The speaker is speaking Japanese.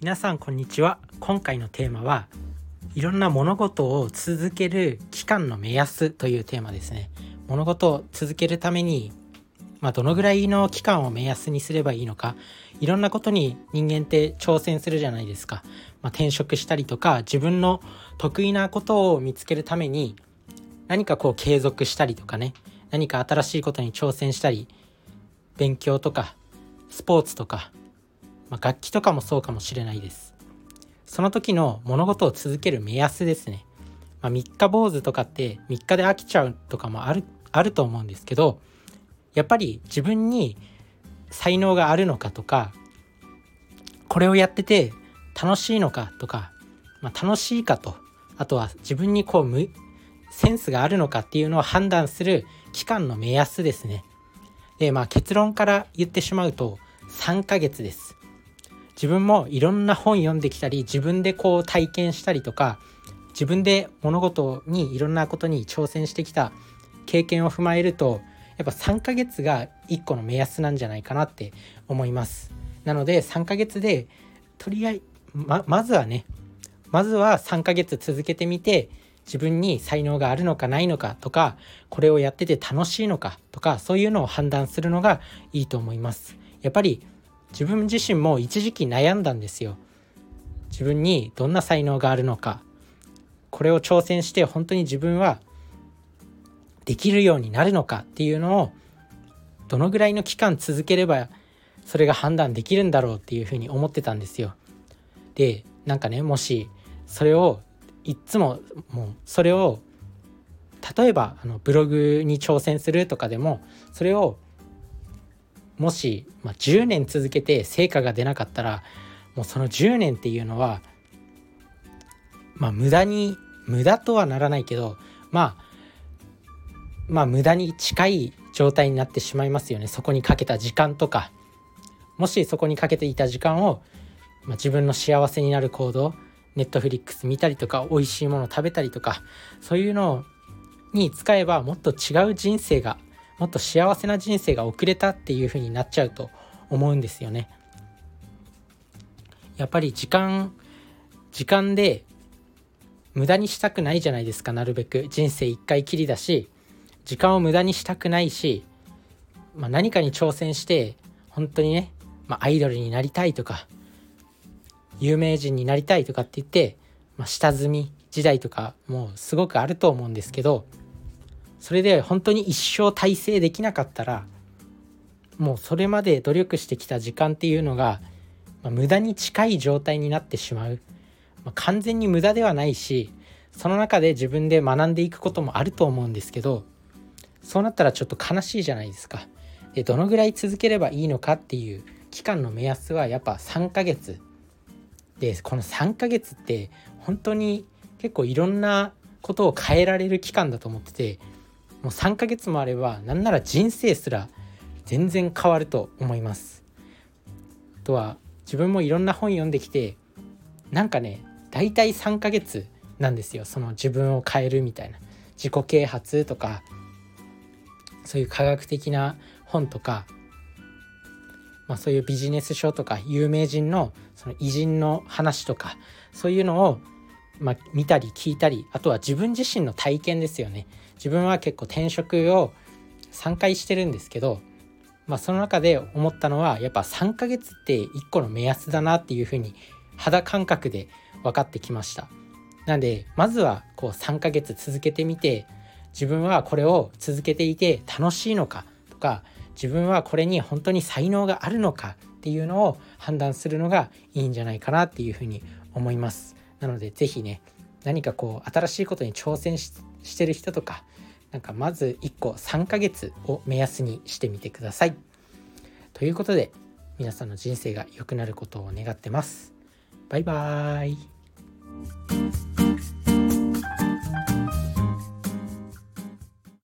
皆さんこんにちは。今回のテーマはいろんな物事を続ける期間の目安というテーマですね。物事を続けるために、どのぐらいの期間を目安にすればいいのか、いろんなことに人間って挑戦するじゃないですか。転職したりとか自分の得意なことを見つけるために何か継続したりとかね、何か新しいことに挑戦したり、勉強とかスポーツとか楽器とかもそうかもしれないです。その時の物事を続ける目安ですね。三日坊主とかって3日で飽きちゃうとかもあると思うんですけど、やっぱり自分に才能があるのかとか、これをやってて楽しいのかとか、楽しいかと、あとは自分にセンスがあるのかっていうのを判断する期間の目安ですね。で、結論から言ってしまうと3ヶ月です。自分もいろんな本読んできたり、自分で体験したりとか、自分で物事にいろんなことに挑戦してきた経験を踏まえると、やっぱ3ヶ月が1個の目安なんじゃないかなって思います。なので3ヶ月でとりあえずまずは3ヶ月続けてみて、自分に才能があるのかないのかとか、これをやってて楽しいのかとか、そういうのを判断するのがいいと思います。やっぱり自分自身も一時期悩んだんですよ。自分にどんな才能があるのか、これを挑戦して本当に自分はできるようになるのかっていうのを、どのぐらいの期間続ければそれが判断できるんだろうっていうふうに思ってたんですよ。で、もしそれをそれを例えばブログに挑戦するとかでも、それをもし、10年続けて成果が出なかったら、もうその10年っていうのは、無駄とはならないけど、無駄に近い状態になってしまいますよね。そこにかけた時間とか、もしそこにかけていた時間を、自分の幸せになる行動、ネットフリックス見たりとか、美味しいもの食べたりとか、そういうのに使えばもっと違う人生が、もっと幸せな人生が送れたっていう風になっちゃうと思うんですよね。やっぱり時間で無駄にしたくないじゃないですか。なるべく人生一回きりだし、時間を無駄にしたくないし、何かに挑戦して本当にね、アイドルになりたいとか有名人になりたいとかって言って、下積み時代とかもすごくあると思うんですけど、それで本当に一生達成できなかったら、もうそれまで努力してきた時間っていうのが、無駄に近い状態になってしまう。完全に無駄ではないし、その中で自分で学んでいくこともあると思うんですけど、そうなったらちょっと悲しいじゃないですか。で、どのぐらい続ければいいのかっていう期間の目安はやっぱ3ヶ月で、この3ヶ月って本当に結構いろんなことを変えられる期間だと思ってて、もう3ヶ月もあればなんなら人生すら全然変わると思います。あとは自分もいろんな本読んできて、だいたい3ヶ月なんですよ。その自分を変えるみたいな、自己啓発とか、そういう科学的な本とか、そういうビジネス書とか、有名人のその偉人の話とか、そういうのを見たり聞いたり、あとは自分自身の体験ですよね。自分は結構転職を3回してるんですけど、その中で思ったのは、やっぱ3ヶ月って1個の目安だなっていうふうに肌感覚で分かってきました。なのでまずは3ヶ月続けてみて、自分はこれを続けていて楽しいのかとか、自分はこれに本当に才能があるのかっていうのを判断するのがいいんじゃないかなっていうふうに思います。なのでぜひね、何か新しいことに挑戦してる人とか、まず1個3ヶ月を目安にしてみてください。ということで、皆さんの人生が良くなることを願ってます。バイバーイ。